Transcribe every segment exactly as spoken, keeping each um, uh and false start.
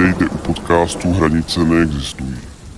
Vítejte u podcastu Hranice neexistují.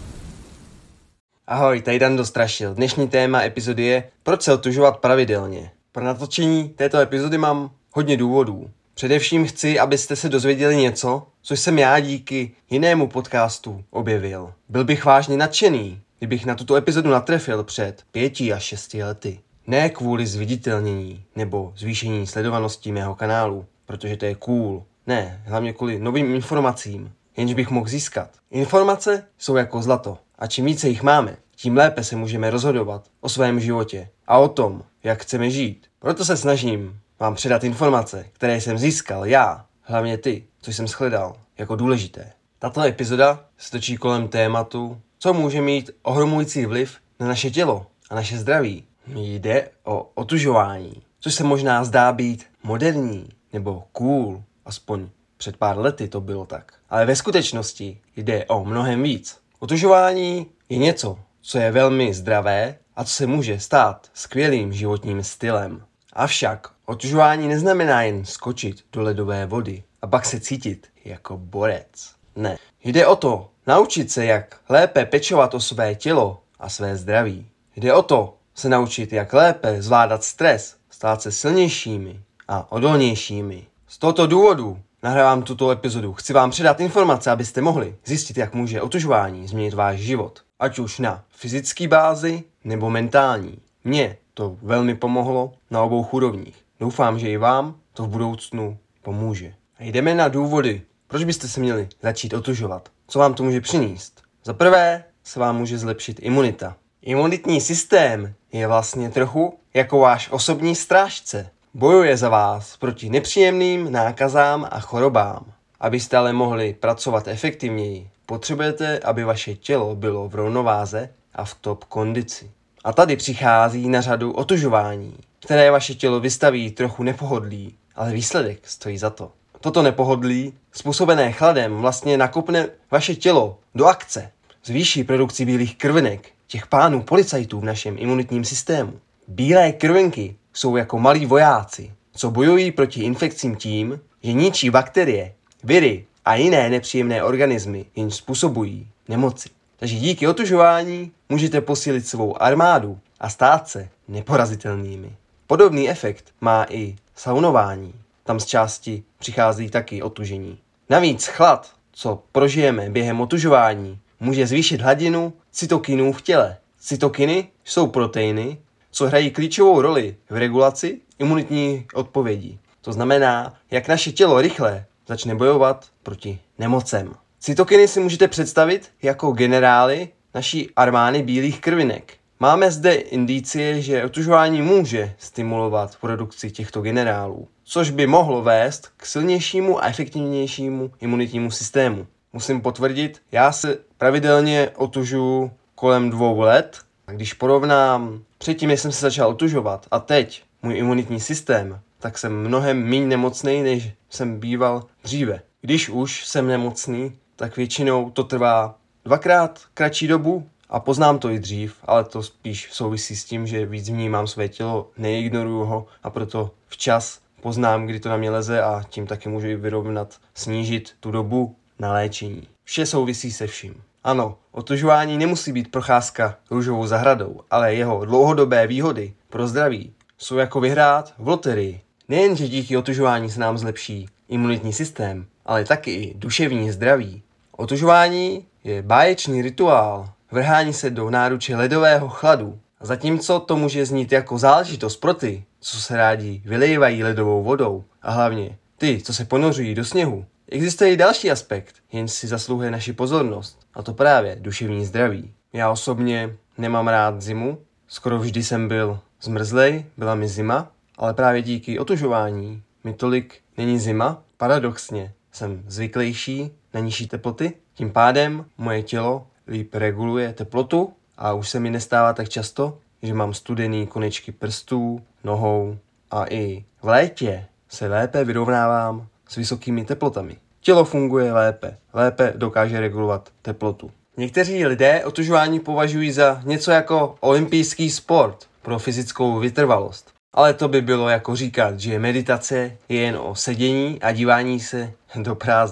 Ahoj, tady Dan Dostrašil. Dnešní téma epizody je proč se otužovat pravidelně. Pro natočení této epizody mám hodně důvodů. Především chci, abyste se dozvěděli něco, co jsem já díky jinému podcastu objevil. Byl bych vážně nadšený, kdybych na tuto epizodu natrefil před pěti až šesti lety. Ne kvůli zviditelnění nebo zvýšení sledovanosti mého kanálu, protože to je cool. Ne, hlavně kvůli novým informacím, jenž bych mohl získat. Informace jsou jako zlato a čím více jich máme, tím lépe se můžeme rozhodovat o svém životě a o tom, jak chceme žít. Proto se snažím vám předat informace, které jsem získal já, hlavně ty, co jsem shledal jako důležité. Tato epizoda se točí kolem tématu, co může mít ohromující vliv na naše tělo a naše zdraví. Jde o otužování, což se možná zdá být moderní nebo cool, aspoň před pár lety to bylo tak. Ale ve skutečnosti jde o mnohem víc. Otužování je něco, co je velmi zdravé a co se může stát skvělým životním stylem. Avšak otužování neznamená jen skočit do ledové vody a pak se cítit jako borec. Ne. Jde o to naučit se, jak lépe pečovat o své tělo a své zdraví. Jde o to se naučit, jak lépe zvládat stres, stát se silnějšími a odolnějšími. Z tohoto důvodu nahrávám tuto epizodu. Chci vám předat informace, abyste mohli zjistit, jak může otužování změnit váš život. Ať už na fyzické bázi nebo mentální. Mně to velmi pomohlo na obou úrovních. Doufám, že i vám to v budoucnu pomůže. A jdeme na důvody, proč byste se měli začít otužovat. Co vám to může přinést? Za prvé se vám může zlepšit imunita. Imunitní systém je vlastně trochu jako váš osobní strážce. Bojuje za vás proti nepříjemným nákazám a chorobám. Abyste ale mohli pracovat efektivněji, potřebujete, aby vaše tělo bylo v rovnováze a v top kondici. A tady přichází na řadu otužování, které vaše tělo vystaví trochu nepohodlí, ale výsledek stojí za to. Toto nepohodlí, způsobené chladem, vlastně nakopne vaše tělo do akce. Zvýší produkci bílých krvinek, těch pánů policajtů v našem imunitním systému. Bílé krvinky jsou jako malí vojáci, co bojují proti infekcím tím, že ničí bakterie, viry a jiné nepříjemné organismy, jenž způsobují nemoci. Takže díky otužování můžete posílit svou armádu a stát se neporazitelnými. Podobný efekt má i saunování. Tam z části přichází taky otužení. Navíc chlad, co prožijeme během otužování, může zvýšit hladinu cytokinů v těle. Cytokiny jsou proteiny, co hrají klíčovou roli v regulaci imunitní odpovědi. To znamená, jak naše tělo rychle začne bojovat proti nemocem. Cytokiny si můžete představit jako generály naší armády bílých krvinek. Máme zde indicie, že otužování může stimulovat produkci těchto generálů, což by mohlo vést k silnějšímu a efektivnějšímu imunitnímu systému. Musím potvrdit, já se pravidelně otužuji kolem dvou let. A když porovnám předtím, než jsem se začal otužovat a teď můj imunitní systém, tak jsem mnohem méně nemocný, než jsem býval dříve. Když už jsem nemocný, tak většinou to trvá dvakrát kratší dobu a poznám to i dřív, ale to spíš souvisí s tím, že víc vnímám své tělo, neignoruju ho a proto včas poznám, kdy to na mě leze a tím taky můžu i vyrovnat, snížit tu dobu na léčení. Vše souvisí se vším. Ano, otužování nemusí být procházka růžovou zahradou, ale jeho dlouhodobé výhody pro zdraví jsou jako vyhrát v loterii. Nejenže díky otužování se nám zlepší imunitní systém, ale taky i duševní zdraví. Otužování je báječný rituál, vrhání se do náruče ledového chladu. A zatímco to může znít jako záležitost pro ty, co se rádi vylejvají ledovou vodou, a hlavně ty, co se ponořují do sněhu, existuje i další aspekt, jenž si zasluhuje naši pozornost, a to právě duševní zdraví. Já osobně nemám rád zimu, skoro vždy jsem byl zmrzlej, byla mi zima, ale právě díky otužování mi tolik není zima. Paradoxně jsem zvyklejší na nižší teploty, tím pádem moje tělo líp reguluje teplotu a už se mi nestává tak často, že mám studený konečky prstů, nohou a i v létě se lépe vyrovnávám s vysokými teplotami. Tělo funguje lépe, lépe dokáže regulovat teplotu. Někteří lidé otužování považují za něco jako olympijský sport pro fyzickou vytrvalost. Ale to by bylo jako říkat, že meditace je jen o sedění a dívání se do prázdna.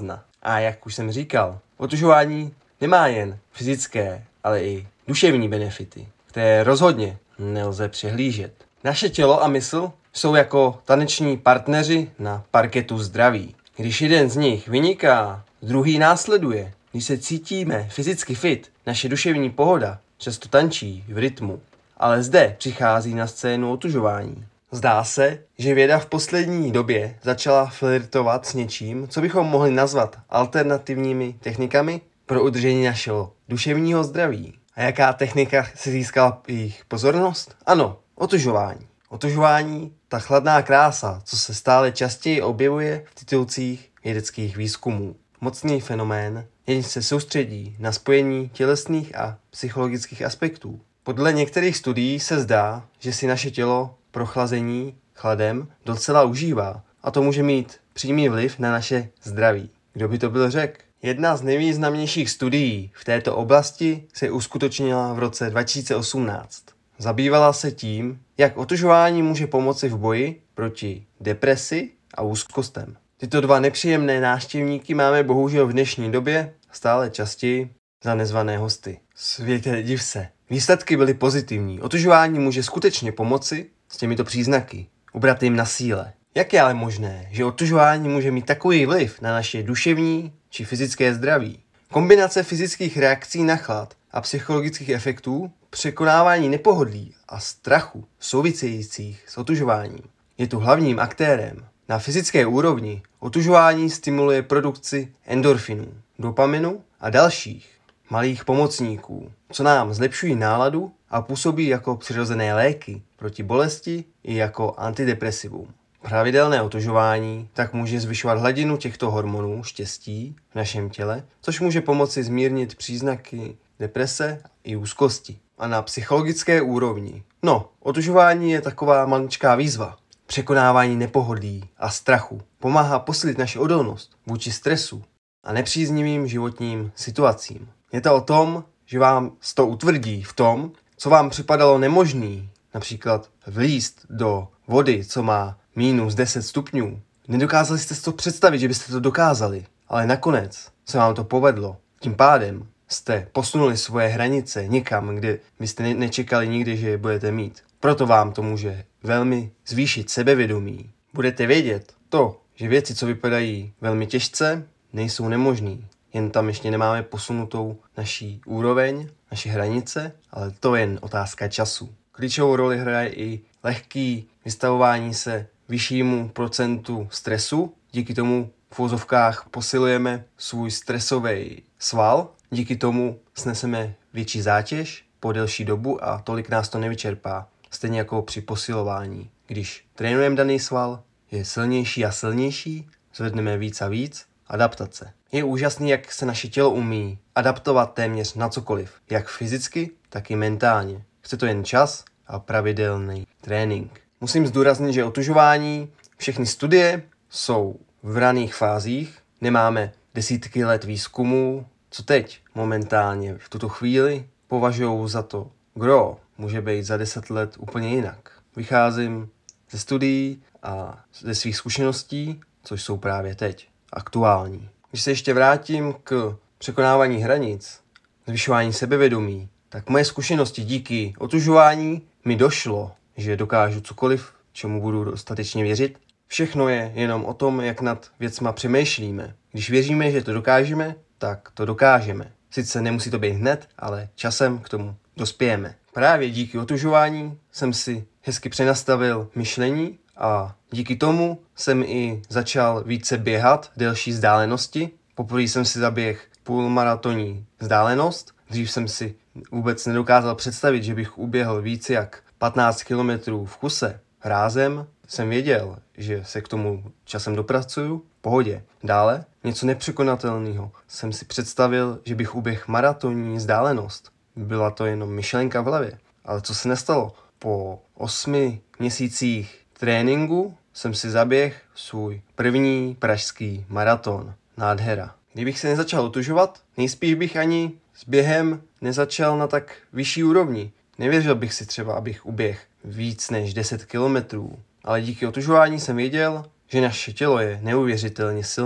A jak už jsem říkal, otužování nemá jen fyzické, ale i duševní benefity, které rozhodně nelze přehlížet. Naše tělo a mysl jsou jako taneční partneři na parketu zdraví. Když jeden z nich vyniká, druhý následuje. Když se cítíme fyzicky fit, naše duševní pohoda často tančí v rytmu. Ale zde přichází na scénu otužování. Zdá se, že věda v poslední době začala flirtovat s něčím, co bychom mohli nazvat alternativními technikami pro udržení našeho duševního zdraví. A jaká technika si získala jejich pozornost? Ano, otužování. Otužování, ta chladná krása, co se stále častěji objevuje v titulcích vědeckých výzkumů. Mocný fenomén, jenž se soustředí na spojení tělesných a psychologických aspektů. Podle některých studií se zdá, že si naše tělo prochlazení chladem docela užívá a to může mít přímý vliv na naše zdraví. Kdo by to byl řekl? Jedna z nejvýznamnějších studií v této oblasti se uskutečnila v roce dva tisíce osmnáct. Zabývala se tím, jak otužování může pomoci v boji proti depresi a úzkostem. Tyto dva nepříjemné návštěvníky máme bohužel v dnešní době stále častěji za nezvané hosty. Světe, div se. Výsledky byly pozitivní. Otužování může skutečně pomoci s těmito příznaky. Ubrat jim na síle. Jak je ale možné, že otužování může mít takový vliv na naše duševní či fyzické zdraví? Kombinace fyzických reakcí na chlad a psychologických efektů, překonávání nepohodlí a strachu souvisejících s otužováním je tu hlavním aktérem. Na fyzické úrovni otužování stimuluje produkci endorfinů, dopaminu a dalších malých pomocníků, co nám zlepšují náladu a působí jako přirozené léky proti bolesti i jako antidepresivum. Pravidelné otužování tak může zvyšovat hladinu těchto hormonů štěstí v našem těle, což může pomoci zmírnit příznaky deprese i úzkosti. A na psychologické úrovni. No, otužování je taková maličká výzva. Překonávání nepohodlí a strachu pomáhá posílit naši odolnost vůči stresu a nepříznivým životním situacím. Je to o tom, že vám to utvrdí v tom, co vám připadalo nemožný, například vlízt do vody, co má minus deset stupňů. Nedokázali jste si to představit, že byste to dokázali, ale nakonec se vám to povedlo. Tím pádem jste posunuli svoje hranice někam, kde byste ne- nečekali nikdy, že je budete mít. Proto vám to může velmi zvýšit sebevědomí. Budete vědět to, že věci, co vypadají velmi těžce, nejsou nemožný. Jen tam ještě nemáme posunutou naší úroveň, naši hranice, ale to je jen otázka času. Klíčovou roli hraje i lehký vystavování se vyššímu procentu stresu. Díky tomu v uvozovkách posilujeme svůj stresový sval. Díky tomu sneseme větší zátěž po delší dobu a tolik nás to nevyčerpá. Stejně jako při posilování. Když trénujeme daný sval, je silnější a silnější, zvedneme víc a víc. Adaptace. Je úžasný, jak se naše tělo umí adaptovat téměř na cokoliv, jak fyzicky, tak i mentálně. Chce to jen čas a pravidelný trénink. Musím zdůraznit, že otužování, všechny studie jsou v raných fázích, nemáme desítky let výzkumů, co teď momentálně v tuto chvíli považuji za to gro, může být za deset let úplně jinak. Vycházím ze studií a ze svých zkušeností, což jsou právě teď aktuální. Když se ještě vrátím k překonávání hranic, zvyšování sebevědomí, tak moje zkušenosti díky otužování mi došlo, že dokážu cokoliv, čemu budu dostatečně věřit. Všechno je jenom o tom, jak nad věcma přemýšlíme. Když věříme, že to dokážeme, tak to dokážeme. Sice nemusí to být hned, ale časem k tomu dospějeme. Právě díky otužování jsem si hezky přenastavil myšlení a díky tomu jsem i začal více běhat delší vzdálenosti. Poprvé jsem si zaběh půlmaratonní vzdálenost. Dřív jsem si vůbec nedokázal představit, že bych uběhl víc jak patnáct kilometrů v kuse. Rázem jsem věděl, že se k tomu časem dopracuju. V pohodě. Dále něco nepřekonatelného. Jsem si představil, že bych uběhl maratonní vzdálenost. Byla to jenom myšlenka v hlavě. Ale co se nestalo? Po osmi měsících tréninku jsem si zaběhl svůj první pražský maraton. Nádhera. Kdybych se nezačal otužovat, nejspíš bych ani s během nezačal na tak vyšší úrovni. Nevěřil bych si třeba, abych uběhl víc než deset kilometrů. Ale díky otužování jsem věděl, že naše tělo je neuvěřitelně silný.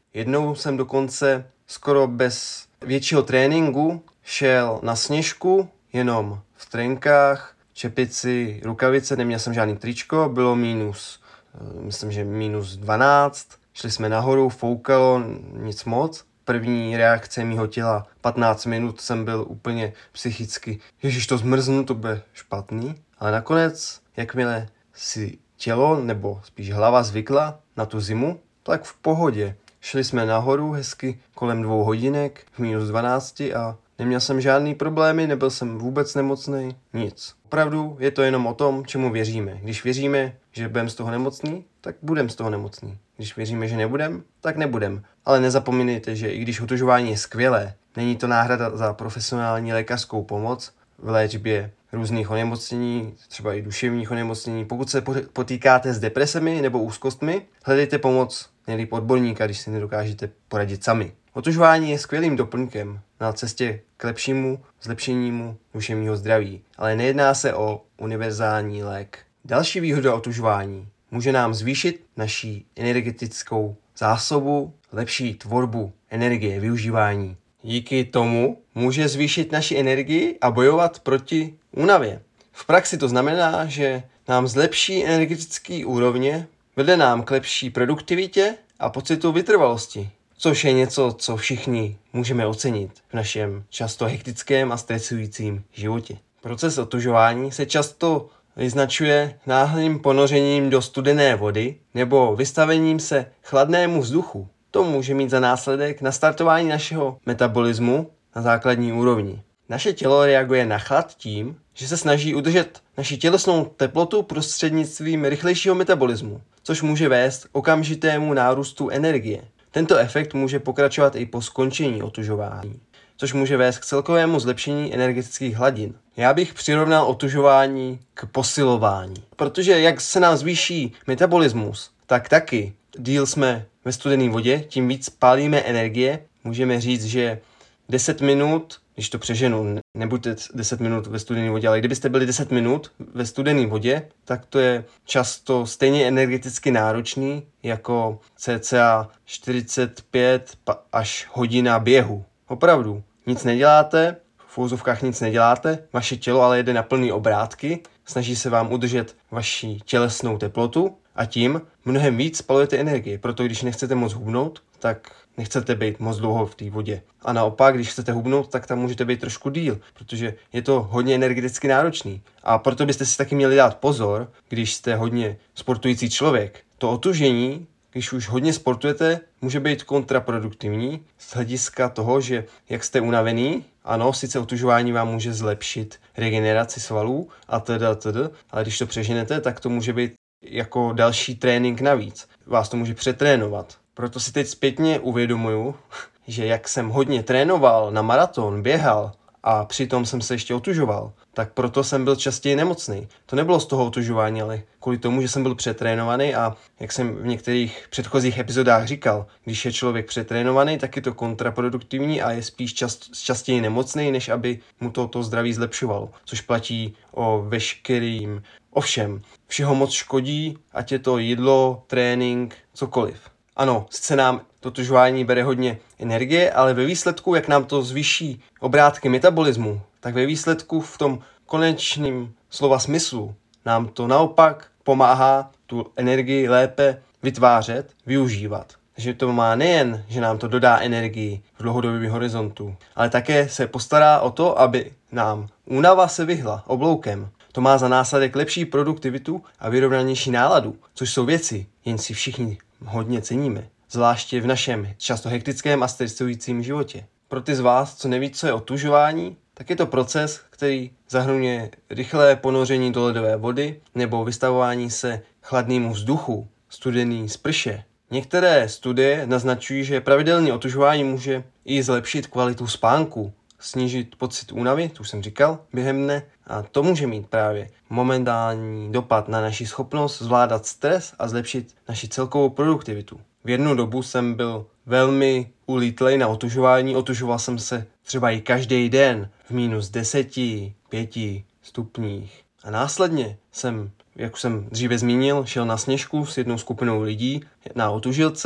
Jednou jsem dokonce skoro bez většího tréninku šel na sněžku, jenom v trenkách, čepici, rukavice, neměl jsem žádný tričko, bylo mínus, myslím, že mínus dvanáct, šli jsme nahoru, foukalo, nic moc. První reakce mýho těla, patnáct minut jsem byl úplně psychicky, ježiš, to zmrznu, to bude špatný. Ale nakonec, jakmile si tělo, nebo spíš hlava zvykla na tu zimu, tak v pohodě. Šli jsme nahoru hezky kolem dvou hodinek v mínus dvanácti a neměl jsem žádný problémy, nebyl jsem vůbec nemocný, nic. Opravdu je to jenom o tom, čemu věříme. Když věříme, že budeme z toho nemocný, tak budeme z toho nemocný. Když věříme, že nebudem, tak nebudem. Ale nezapomeňte, že i když otužování je skvělé, není to náhrada za profesionální lékařskou pomoc v léčbě různých onemocnění, třeba i duševních onemocnění. Pokud se potýkáte s depresemi nebo úzkostmi, hledejte pomoc nejlíp odborníka, když si nedokážete poradit sami. Otužování je skvělým doplňkem na cestě k lepšímu zlepšenímu duševního zdraví, ale nejedná se o univerzální lék. Další výhoda otužování může nám zvýšit naši energetickou zásobu, lepší tvorbu energie, využívání. Díky tomu může zvýšit naši energii a bojovat proti únavě. V praxi to znamená, že nám zlepší energetické úrovně, vede nám k lepší produktivitě a pocitu vytrvalosti, což je něco, co všichni můžeme ocenit v našem často hektickém a stresujícím životě. Proces otužování se často vyznačuje náhlým ponořením do studené vody nebo vystavením se chladnému vzduchu. To může mít za následek nastartování našeho metabolismu na základní úrovni. Naše tělo reaguje na chlad tím, že se snaží udržet naši tělesnou teplotu prostřednictvím rychlejšího metabolismu, což může vést k okamžitému nárůstu energie. Tento efekt může pokračovat i po skončení otužování, což může vést k celkovému zlepšení energetických hladin. Já bych přirovnal otužování k posilování, protože jak se nám zvýší metabolismus, tak taky díl jsme ve studené vodě, tím víc pálíme energie. Můžeme říct, že deset minut, když to přeženu, nebuďte deset minut ve studené vodě, ale kdybyste byli deset minut ve studené vodě, tak to je často stejně energeticky náročný jako cca čtyřicet pět až hodina běhu. Opravdu, nic neděláte, v úzovkách nic neděláte, vaše tělo ale jede na plný obrátky, snaží se vám udržet vaši tělesnou teplotu a tím mnohem víc spalujete energie. Proto když nechcete moc hubnout, tak nechcete být moc dlouho v té vodě. A naopak, když chcete hubnout, tak tam můžete být trošku díl, protože je to hodně energeticky náročný. A proto byste si taky měli dát pozor, když jste hodně sportující člověk. To otužení, když už hodně sportujete, může být kontraproduktivní z hlediska toho, že jak jste unavený, ano, sice otužování vám může zlepšit regeneraci svalů a teda, teda, ale když to přeženete, tak to může být jako další trénink navíc. Vás to může přetrénovat. Proto si teď zpětně uvědomuju, že jak jsem hodně trénoval na maraton, běhal a přitom jsem se ještě otužoval, tak proto jsem byl častěji nemocný. To nebylo z toho otužování, ale kvůli tomu, že jsem byl přetrénovaný a jak jsem v některých předchozích epizodách říkal, když je člověk přetrénovaný, tak je to kontraproduktivní a je spíš čast, častěji nemocný, než aby mu to, to zdraví zlepšovalo. Což platí o veškerým, ovšem, všeho moc škodí, ať je to jídlo, trénink, cokoliv. Ano, sice nám to otužování bere hodně energie, ale ve výsledku, jak nám to zvýší obrátky metabolismu, tak ve výsledku v tom konečném slova smyslu nám to naopak pomáhá tu energii lépe vytvářet, využívat. Takže to má nejen, že nám to dodá energii v dlouhodobém horizontu, ale také se postará o to, aby nám únava se vyhla obloukem. To má za následek lepší produktivitu a vyrovnanější náladu, což jsou věci, jen si všichni hodně ceníme, zvláště v našem často hektickém a stresujícím životě. Pro ty z vás, co neví, co je otužování, tak je to proces, který zahrnuje rychlé ponoření do ledové vody nebo vystavování se chladnému vzduchu, studený sprše. Některé studie naznačují, že pravidelné otužování může i zlepšit kvalitu spánku, snížit pocit únavy, to už jsem říkal, během dne, a to může mít právě momentální dopad na naši schopnost zvládat stres a zlepšit naši celkovou produktivitu. V jednu dobu jsem byl velmi ulítlej na otužování, otužoval jsem se třeba i každý den v minus deseti, pěti stupních. A následně jsem, jak už jsem dříve zmínil, šel na sněžku s jednou skupinou lidí na otužilce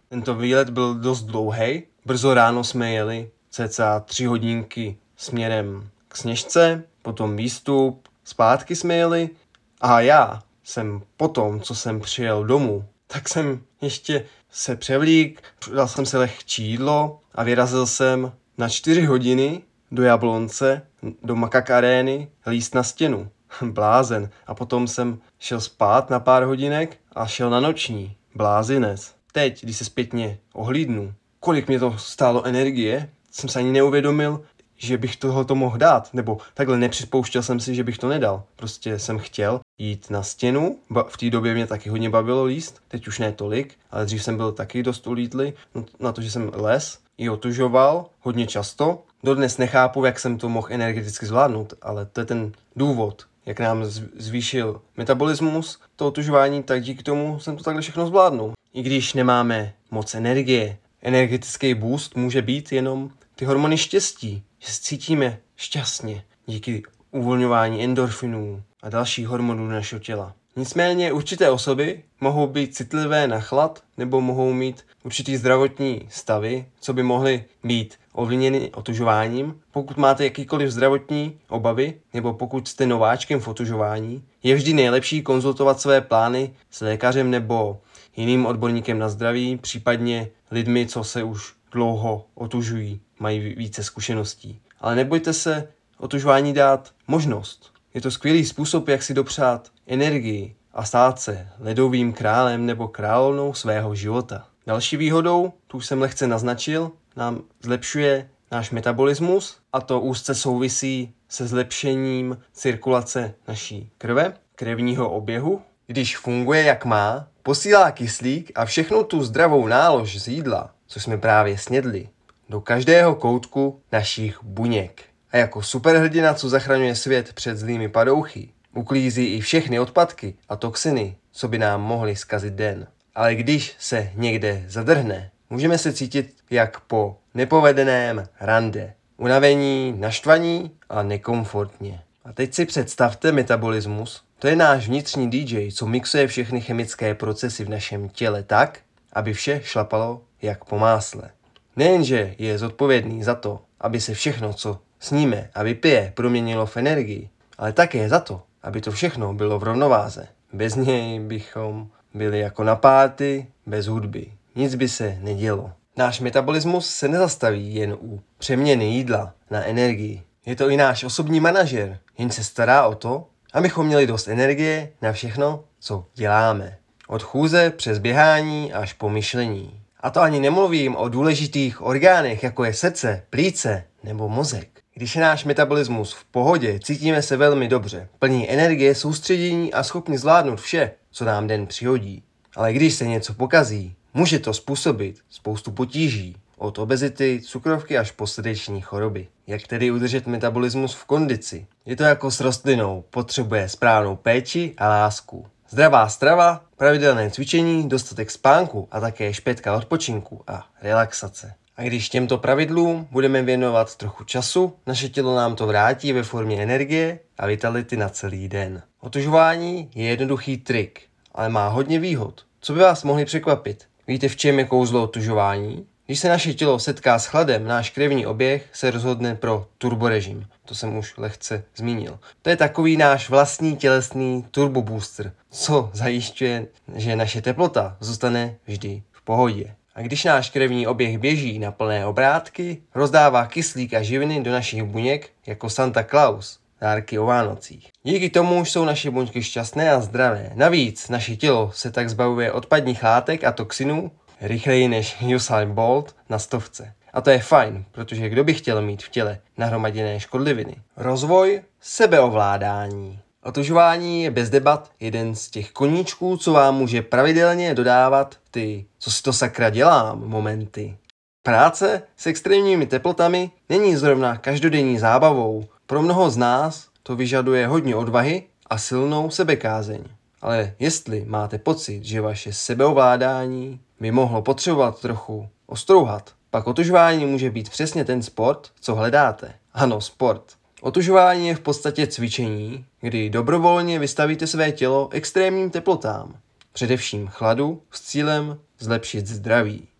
Tento výlet byl dost dlouhý. Brzo ráno jsme jeli cca tři hodinky směrem k Sněžce, potom výstup, zpátky jsme jeli a já jsem potom, co jsem přijel domů, tak jsem ještě se převlík, dal jsem se lehčí jídlo a vyrazil jsem na čtyři hodiny do Jablonce, do Makak Arény, líst na stěnu. Blázen. A potom jsem šel spát na pár hodinek a šel na noční. Blázinec. Teď, když se zpětně ohlídnu, kolik mě to stálo energie, jsem se ani neuvědomil, že bych tohoto mohl dát, nebo takhle nepřipouštěl jsem si, že bych to nedal. Prostě jsem chtěl jít na stěnu, v té době mě taky hodně bavilo líst, teď už ne tolik, ale dřív jsem byl taky dost ulítlý na to, že jsem les i otužoval hodně často. Dodnes nechápu, jak jsem to mohl energeticky zvládnout, ale to je ten důvod, jak nám zvýšil metabolismus, to otužování, tak díky tomu jsem to takhle všechno zvládnul. I když nemáme moc energie, energetický boost může být jenom ty hormony štěstí, že se cítíme šťastně díky uvolňování endorfinů a dalších hormonů našeho těla. Nicméně určité osoby mohou být citlivé na chlad nebo mohou mít určitý zdravotní stavy, co by mohly být ovlivněny otužováním. Pokud máte jakýkoliv zdravotní obavy nebo pokud jste nováčkem v otužování, je vždy nejlepší konzultovat své plány s lékařem nebo jiným odborníkem na zdraví, případně lidmi, co se už dlouho otužují, mají více zkušeností. Ale nebojte se otužování dát možnost. Je to skvělý způsob, jak si dopřát energii a stát se ledovým králem nebo královnou svého života. Další výhodou, tu už jsem lehce naznačil, nám zlepšuje náš metabolismus a to úzce souvisí se zlepšením cirkulace naší krve, krevního oběhu. Když funguje jak má, posílá kyslík a všechnu tu zdravou nálož z jídla, co jsme právě snědli, do každého koutku našich buněk. A jako superhrdina, co zachraňuje svět před zlými padouchy, uklízí i všechny odpadky a toxiny, co by nám mohly zkazit den. Ale když se někde zadrhne, můžeme se cítit jak po nepovedeném rande. Unavení, naštvaní a nekomfortně. A teď si představte metabolismus. To je náš vnitřní dý džej, co mixuje všechny chemické procesy v našem těle tak, aby vše šlapalo jak po másle. Nejenže je zodpovědný za to, aby se všechno, co sníme a vypije, proměnilo v energii, ale také za to, aby to všechno bylo v rovnováze. Bez něj bychom byli jako na párty, bez hudby. Nic by se nedělo. Náš metabolismus se nezastaví jen u přeměny jídla na energii. Je to i náš osobní manažer, jen se stará o to, abychom měli dost energie na všechno, co děláme. Od chůze přes běhání až po myšlení. A to ani nemluvím o důležitých orgánech, jako je srdce, plíce nebo mozek. Když je náš metabolismus v pohodě, cítíme se velmi dobře, plní energie, soustředění a schopni zvládnout vše, co nám den přihodí. Ale když se něco pokazí, může to způsobit spoustu potíží, od obezity, cukrovky až po srdeční choroby. Jak tedy udržet metabolismus v kondici? Je to jako s rostlinou, potřebuje správnou péči a lásku. Zdravá strava, pravidelné cvičení, dostatek spánku a také špětka odpočinku a relaxace. A když těmto pravidlům budeme věnovat trochu času, naše tělo nám to vrátí ve formě energie a vitality na celý den. Otužování je jednoduchý trik, ale má hodně výhod. Co by vás mohli překvapit? Víte, v čem je kouzlo otužování? Když se naše tělo setká s chladem, náš krevní oběh se rozhodne pro turborežim. To jsem už lehce zmínil. To je takový náš vlastní tělesný turbobooster, co zajišťuje, že naše teplota zůstane vždy v pohodě. A když náš krevní oběh běží na plné obrátky, rozdává kyslík a živiny do našich buněk jako Santa Claus, dárky o Vánocích. Díky tomu jsou naše buňky šťastné a zdravé. Navíc naše tělo se tak zbavuje odpadních látek a toxinů rychleji než Usain Bolt na stovce. A to je fajn, protože kdo by chtěl mít v těle nahromaděné škodliviny? Rozvoj sebeovládání. Otužování je bez debat jeden z těch koníčků, co vám může pravidelně dodávat ty, co si to sakra dělám, momenty. Práce s extrémními teplotami není zrovna každodenní zábavou. Pro mnoho z nás to vyžaduje hodně odvahy a silnou sebekázeň. Ale jestli máte pocit, že vaše sebeovládání by mohlo potřebovat trochu ostrouhat, pak otužování může být přesně ten sport, co hledáte. Ano, sport. Otužování je v podstatě cvičení, kdy dobrovolně vystavíte své tělo extrémním teplotám, především chladu s cílem zlepšit zdraví.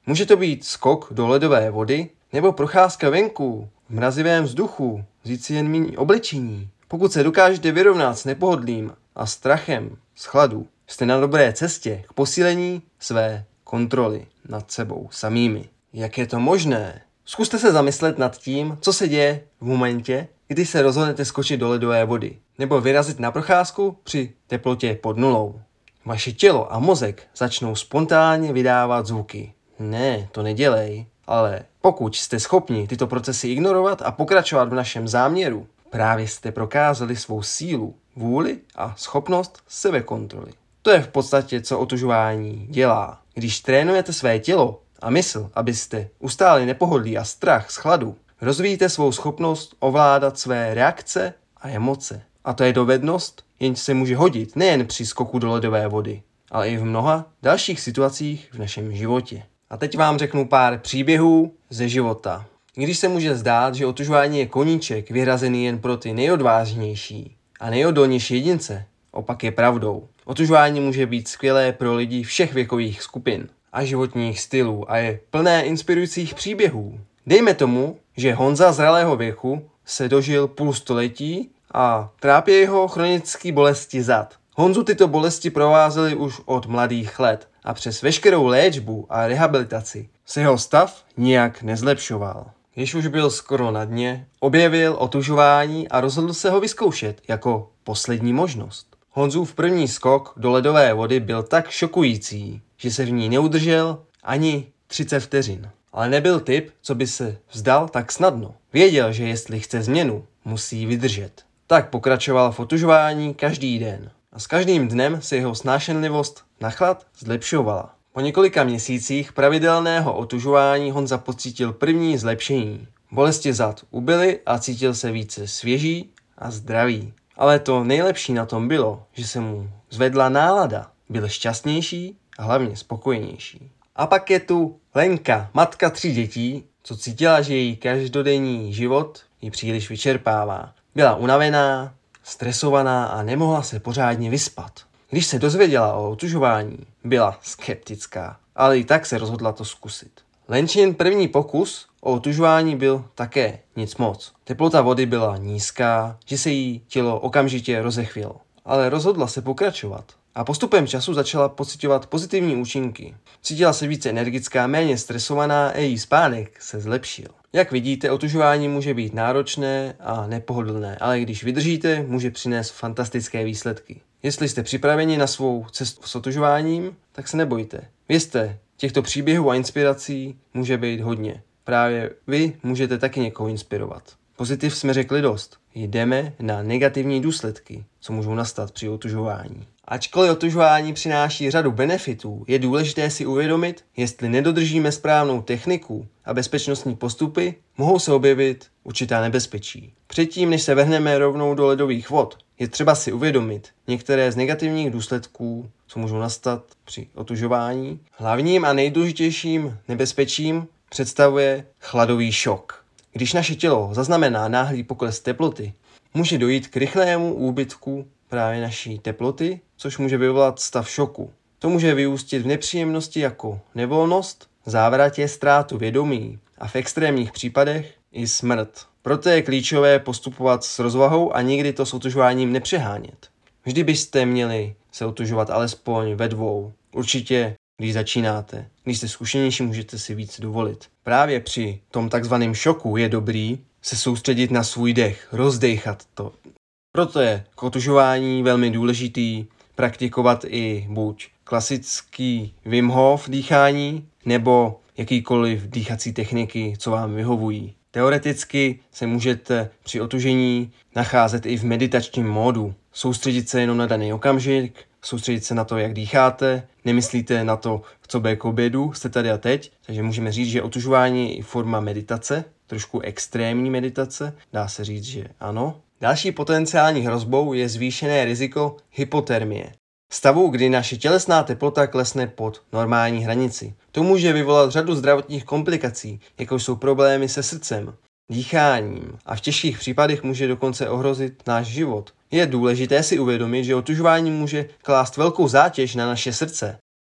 Může to být skok do ledové vody nebo procházka venku v mrazivém vzduchu, vzít si jen míň oblečení. Pokud se dokážete vyrovnat s nepohodlím a strachem z chladu, jste na dobré cestě k posílení své kontroly nad sebou samými. Jak je to možné? Zkuste se zamyslet nad tím, co se děje v momentě, kdy se rozhodnete skočit do ledové vody nebo vyrazit na procházku při teplotě pod nulou. Vaše tělo a mozek začnou spontánně vydávat zvuky. Ne, to nedělej, ale pokud jste schopni tyto procesy ignorovat a pokračovat v našem záměru, právě jste prokázali svou sílu, vůli a schopnost sebekontroly. To je v podstatě, co otužování dělá. Když trénujete své tělo a mysl, abyste ustáli nepohodlí a strach z chladu, rozvíjíte svou schopnost ovládat své reakce a emoce. A to je dovednost, jenž se může hodit nejen při skoku do ledové vody, ale i v mnoha dalších situacích v našem životě. A teď vám řeknu pár příběhů ze života. Když se může zdát, že otužování je koníček vyhrazený jen pro ty nejodvážnější a nejodolnější jedince, opak je pravdou. Otužování může být skvělé pro lidi všech věkových skupin a životních stylů a je plné inspirujících příběhů. Dejme tomu, že Honza zralého věku se dožil půl století a trápí jeho chronické bolesti zad. Honzu tyto bolesti provázely už od mladých let a přes veškerou léčbu a rehabilitaci se jeho stav nijak nezlepšoval. Když už byl skoro na dně, objevil otužování a rozhodl se ho vyzkoušet jako poslední možnost. Honzův první skok do ledové vody byl tak šokující, že se v ní neudržel ani třicet vteřin. Ale nebyl typ, co by se vzdal tak snadno. Věděl, že jestli chce změnu, musí vydržet. Tak pokračoval v otužování každý den. A s každým dnem se jeho snášenlivost na chlad zlepšovala. Po několika měsících pravidelného otužování Honza pocítil první zlepšení. Bolesti zad ubyly a cítil se více svěží a zdravý. Ale to nejlepší na tom bylo, že se mu zvedla nálada. Byl šťastnější a hlavně spokojenější. A pak je tu Lenka, matka tří dětí, co cítila, že její každodenní život ji příliš vyčerpává. Byla unavená, stresovaná a nemohla se pořádně vyspat. Když se dozvěděla o otužování, byla skeptická, ale i tak se rozhodla to zkusit. Lenčin první pokus o otužování byl také nic moc. Teplota vody byla nízká, že se jí tělo okamžitě rozechvělo. Ale rozhodla se pokračovat. A postupem času začala pociťovat pozitivní účinky. Cítila se více energická, méně stresovaná a její spánek se zlepšil. Jak vidíte, otužování může být náročné a nepohodlné, ale když vydržíte, může přinést fantastické výsledky. Jestli jste připraveni na svou cestu s otužováním, tak se nebojte. Vězte, těchto příběhů a inspirací může být hodně. Právě vy můžete taky někoho inspirovat. Pozitiv jsme řekli dost. Jdeme na negativní důsledky, co můžou nastat při otužování. Ačkoliv otužování přináší řadu benefitů, je důležité si uvědomit, jestli nedodržíme správnou techniku a bezpečnostní postupy, mohou se objevit určitá nebezpečí. Předtím, než se vrhneme rovnou do ledových vod, je třeba si uvědomit některé z negativních důsledků, co můžou nastat při otužování. Hlavním a nejdůležitějším nebezpečím představuje chladový šok. Když naše tělo zaznamená náhlý pokles teploty, může dojít k rychlému úbytku právě naší teploty, což může vyvolat stav šoku. To může vyústit v nepříjemnosti jako nevolnost, závratě, ztrátu vědomí a v extrémních případech i smrt. Proto je klíčové postupovat s rozvahou a nikdy to s otužováním nepřehánět. Vždy byste měli se otužovat alespoň ve dvou. Určitě, když začínáte. Když jste zkušenější, můžete si víc dovolit. Právě při tom takzvaném šoku je dobrý se soustředit na svůj dech, rozdejchat to. Proto je k otužování velmi důležitý praktikovat i buď klasický Wim Hof dýchání, nebo jakýkoliv dýchací techniky, co vám vyhovují. Teoreticky se můžete při otužení nacházet i v meditačním módu. Soustředit se jenom na daný okamžik, soustředit se na to, jak dýcháte, nemyslíte na to, co bude k obědu, jste tady a teď, takže můžeme říct, že otužování je i forma meditace, trošku extrémní meditace, dá se říct, že ano. Další potenciální hrozbou je zvýšené riziko hypotermie. Stavu, kdy naše tělesná teplota klesne pod normální hranici. To může vyvolat řadu zdravotních komplikací, jako jsou problémy se srdcem, dýcháním a v těžkých případech může dokonce ohrozit náš život. Je důležité si uvědomit, že otužování může klást velkou zátěž na naše srdce.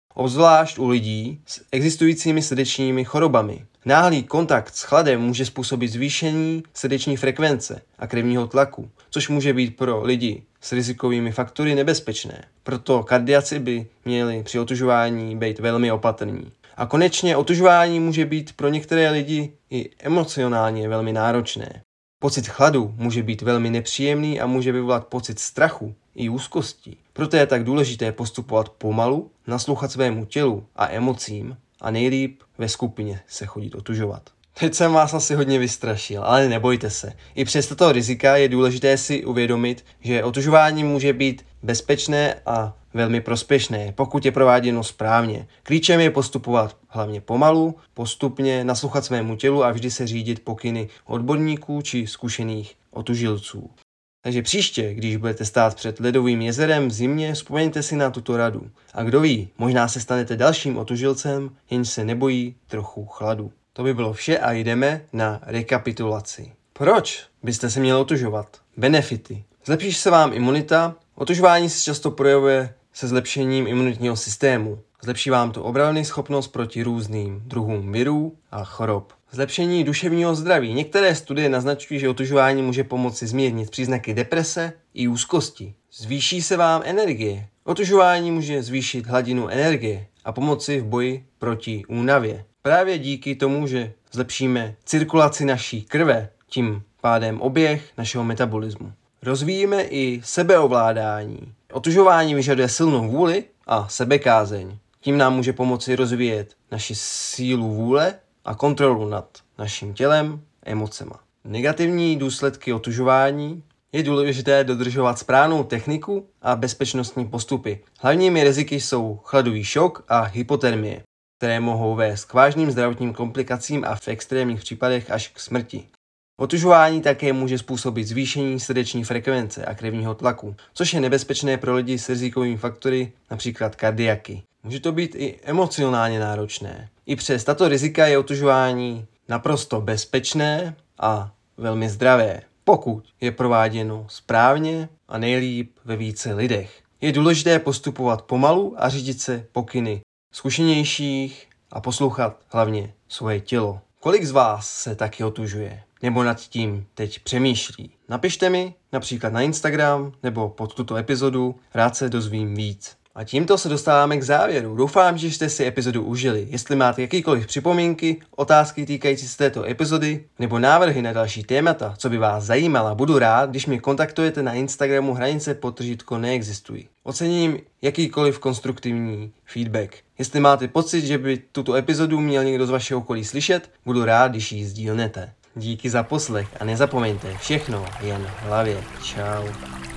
obzvlášť u lidí s existujícími srdečními chorobami. Náhlý kontakt s chladem může způsobit zvýšení srdeční frekvence a krevního tlaku, což může být pro lidi s rizikovými faktory nebezpečné. Proto kardiaci by měli při otužování být velmi opatrní. A konečně otužování může být pro některé lidi i emocionálně velmi náročné. Pocit chladu může být velmi nepříjemný a může vyvolat pocit strachu i úzkosti. Proto je tak důležité postupovat pomalu, naslouchat svému tělu a emocím a nejlíp ve skupině se chodit otužovat. Teď jsem vás asi hodně vystrašil, ale nebojte se. I přes tato rizika je důležité si uvědomit, že otužování může být bezpečné a velmi prospěšné, pokud je prováděno správně. Klíčem je postupovat hlavně pomalu, postupně naslouchat svému tělu a vždy se řídit pokyny odborníků či zkušených otužilců. Takže příště, když budete stát před ledovým jezerem v zimě, vzpomeňte si na tuto radu. A kdo ví, možná se stanete dalším otužilcem, jenž se nebojí trochu chladu. To by bylo vše a jdeme na rekapitulaci. Proč byste se měli otužovat? Benefity. Zlepší se vám imunita. Otužování se často projevuje se zlepšením imunitního systému. Zlepší vám to obrannou schopnost proti různým druhům virů a chorob. Zlepšení duševního zdraví. Některé studie naznačují, že otužování může pomoci zmírnit příznaky deprese i úzkosti. Zvýší se vám energie. Otužování může zvýšit hladinu energie a pomoci v boji proti únavě. Právě díky tomu, že zlepšíme cirkulaci naší krve, tím pádem oběh našeho metabolismu. Rozvíjíme i sebeovládání. Otužování vyžaduje silnou vůli a sebekázeň. Tím nám může pomoci rozvíjet naši sílu vůle a kontrolu nad naším tělem, emocema. Negativní důsledky otužování. Je důležité dodržovat správnou techniku a bezpečnostní postupy. Hlavními riziky jsou chladový šok a hypotermie, které mohou vést k vážným zdravotním komplikacím a v extrémních případech až k smrti. Otužování také může způsobit zvýšení srdeční frekvence a krevního tlaku, což je nebezpečné pro lidi s rizikovými faktory, například kardiaky. Může to být i emocionálně náročné. I přes tato rizika je otužování naprosto bezpečné a velmi zdravé, pokud je prováděno správně a nejlíp ve více lidech. Je důležité postupovat pomalu a řídit se pokyny zkušenějších a poslouchat hlavně svoje tělo. Kolik z vás se taky otužuje? Nebo nad tím teď přemýšlí? Napište mi například na Instagram nebo pod tuto epizodu, rád se dozvím víc. A tímto se dostáváme k závěru. Doufám, že jste si epizodu užili. Jestli máte jakýkoliv připomínky, otázky týkající se této epizody nebo návrhy na další témata, co by vás zajímala, budu rád, když mě kontaktujete na Instagramu hranice podtržítko neexistují. Ocením jakýkoliv konstruktivní feedback. Jestli máte pocit, že by tuto epizodu měl někdo z vašeho okolí slyšet, budu rád, když ji sdílnete. Díky za poslech a nezapomeňte, všechno jen v hlavě. Čau.